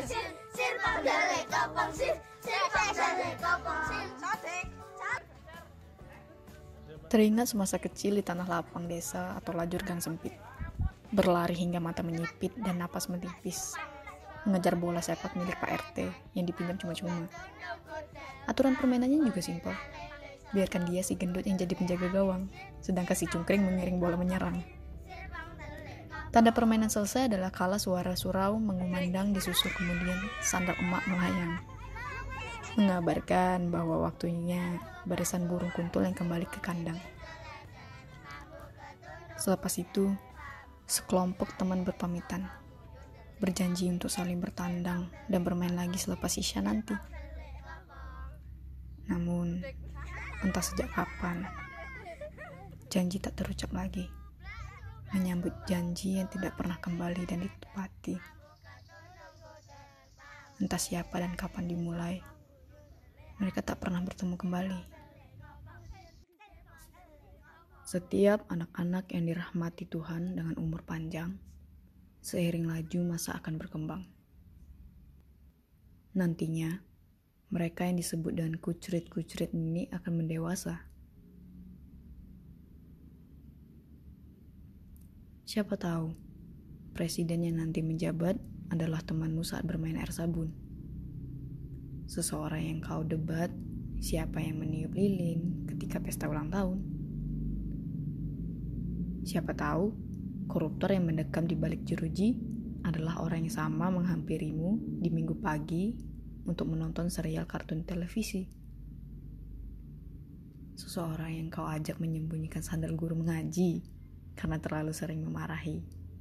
Teringat semasa kecil di tanah lapang desa atau lajur gang sempit, berlari hingga mata menyipit dan napas menipis, mengejar bola sepak milik Pak RT yang dipinjam cuma-cuma. Aturan permainannya juga simpel, biarkan dia si gendut yang jadi penjaga gawang, sedangkan si cungkring mengiring bola menyerang. Tanda permainan selesai adalah kala suara surau mengumandang di susul, kemudian sandal emak melayang, mengabarkan bahwa waktunya barisan burung kuntul yang kembali ke kandang. Selepas itu, sekelompok teman berpamitan, berjanji untuk saling bertandang dan bermain lagi selepas isya nanti. Namun, entah sejak kapan, janji tak terucap lagi, menyambut janji yang tidak pernah kembali dan ditepati. Entah siapa dan kapan dimulai, mereka tak pernah bertemu kembali. Setiap anak-anak yang dirahmati Tuhan dengan umur panjang, seiring laju masa akan berkembang. Nantinya, mereka yang disebut dengan kucrit-kucrit ini akan mendewasa. Siapa tahu, presiden yang nanti menjabat adalah temanmu saat bermain air sabun. Seseorang yang kau debat siapa yang meniup lilin ketika pesta ulang tahun. Siapa tahu, koruptor yang mendekam di balik jeruji adalah orang yang sama menghampirimu di minggu pagi untuk menonton serial kartun televisi. Seseorang yang kau ajak menyembunyikan sandal guru mengaji karena terlalu sering memarahi.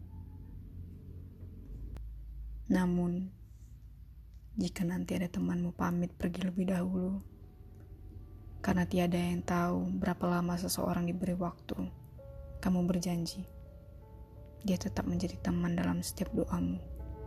Namun, jika nanti ada temanmu pamit pergi lebih dahulu, karena tiada yang tahu berapa lama seseorang diberi waktu, kamu berjanji, dia tetap menjadi teman dalam setiap doamu.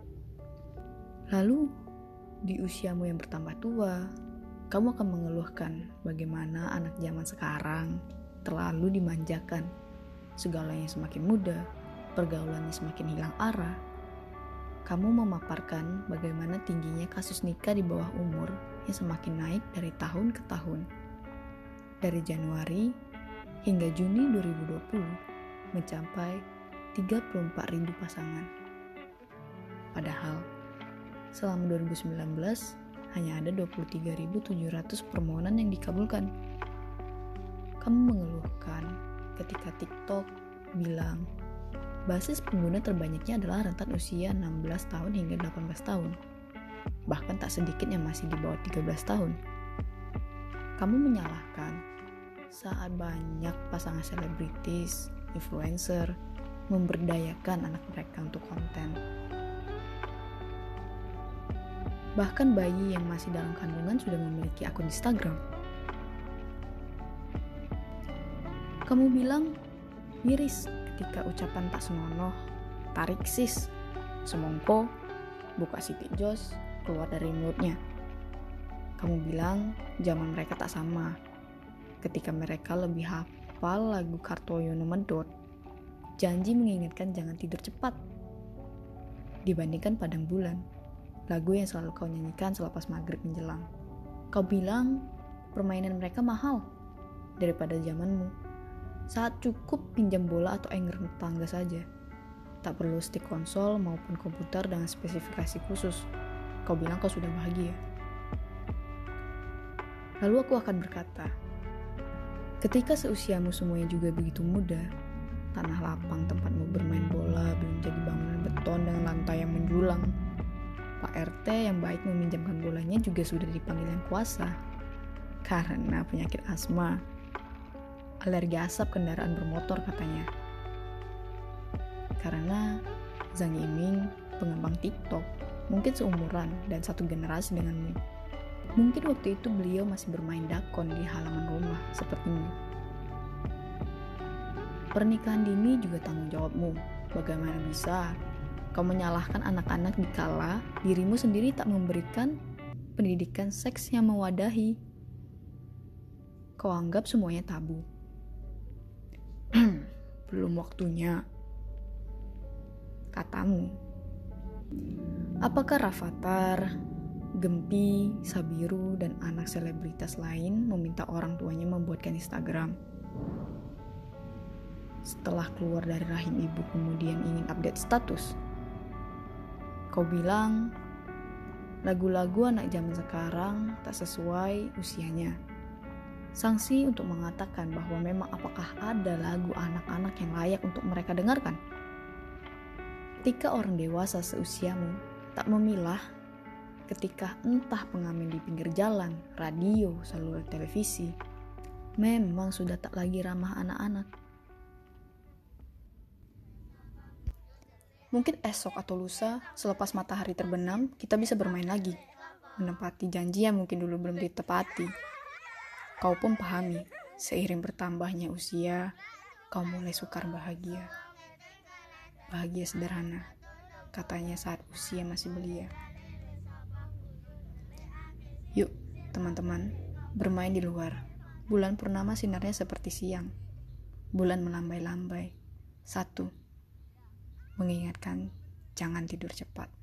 Lalu, di usiamu yang bertambah tua, kamu akan mengeluhkan bagaimana anak zaman sekarang terlalu dimanjakan. Segalanya semakin mudah, pergaulannya semakin hilang arah. Kamu memaparkan bagaimana tingginya kasus nikah di bawah umur yang semakin naik dari tahun ke tahun. Dari Januari hingga Juni 2020 mencapai 34.000 pasangan. Padahal selama 2019 hanya ada 23.700 permohonan yang dikabulkan. Kamu mengeluhkan ketika TikTok bilang basis pengguna terbanyaknya adalah rentan usia 16 tahun hingga 18 tahun. Bahkan tak sedikit yang masih di bawah 13 tahun. Kamu menyalahkan saat banyak pasangan selebritis, influencer, memberdayakan anak mereka untuk konten. Bahkan bayi yang masih dalam kandungan sudah memiliki akun Instagram. Kamu bilang miris ketika ucapan tak senonoh, tarik sis, semongko, buka sitik jos keluar dari mulutnya. Kamu bilang zaman mereka tak sama, ketika mereka lebih hafal lagu Kartoyono Medot, janji mengingatkan jangan tidur cepat, dibandingkan Padang Bulan, lagu yang selalu kau nyanyikan selepas maghrib menjelang. Kau bilang permainan mereka mahal daripada zamanmu, saat cukup pinjam bola atau engger tangga saja. Tak perlu stik konsol maupun komputer dengan spesifikasi khusus. Kau bilang kau sudah bahagia. Lalu aku akan berkata, ketika seusiamu semuanya juga begitu muda, tanah lapang tempatmu bermain bola belum jadi bangunan beton dengan lantai yang menjulang. Pak RT yang baik meminjamkan bolanya juga sudah dipanggil yang kuasa karena penyakit asma, alergi asap kendaraan bermotor katanya. Karena Zhang Yiming, pengembang TikTok, mungkin seumuran dan satu generasi denganmu. Mungkin waktu itu beliau masih bermain dakon di halaman rumah sepertimu. Pernikahan dini juga tanggung jawabmu. Bagaimana bisa kau menyalahkan anak-anak dikala dirimu sendiri tak memberikan pendidikan seks yang mewadahi? Kau anggap semuanya tabu. Belum waktunya, katamu. Apakah Rafathar, Gempi, Sabiru, dan anak selebritas lain meminta orang tuanya membuatkan Instagram? Setelah keluar dari rahim ibu kemudian ingin update status? Kau bilang lagu-lagu anak zaman sekarang tak sesuai usianya. Sanksi untuk mengatakan bahwa memang apakah ada lagu anak-anak yang layak untuk mereka dengarkan? Ketika orang dewasa seusiamu tak memilah, ketika entah pengamen di pinggir jalan, radio, saluran televisi, memang sudah tak lagi ramah anak-anak. Mungkin esok atau lusa, selepas matahari terbenam, kita bisa bermain lagi, menepati janji yang mungkin dulu belum ditepati. Kau pun pahami, seiring bertambahnya usia, kau mulai sukar bahagia. Bahagia sederhana, katanya saat usia masih belia. Yuk, teman-teman, bermain di luar. Bulan purnama sinarnya seperti siang. Bulan melambai-lambai. 1. Mengingatkan, jangan tidur cepat.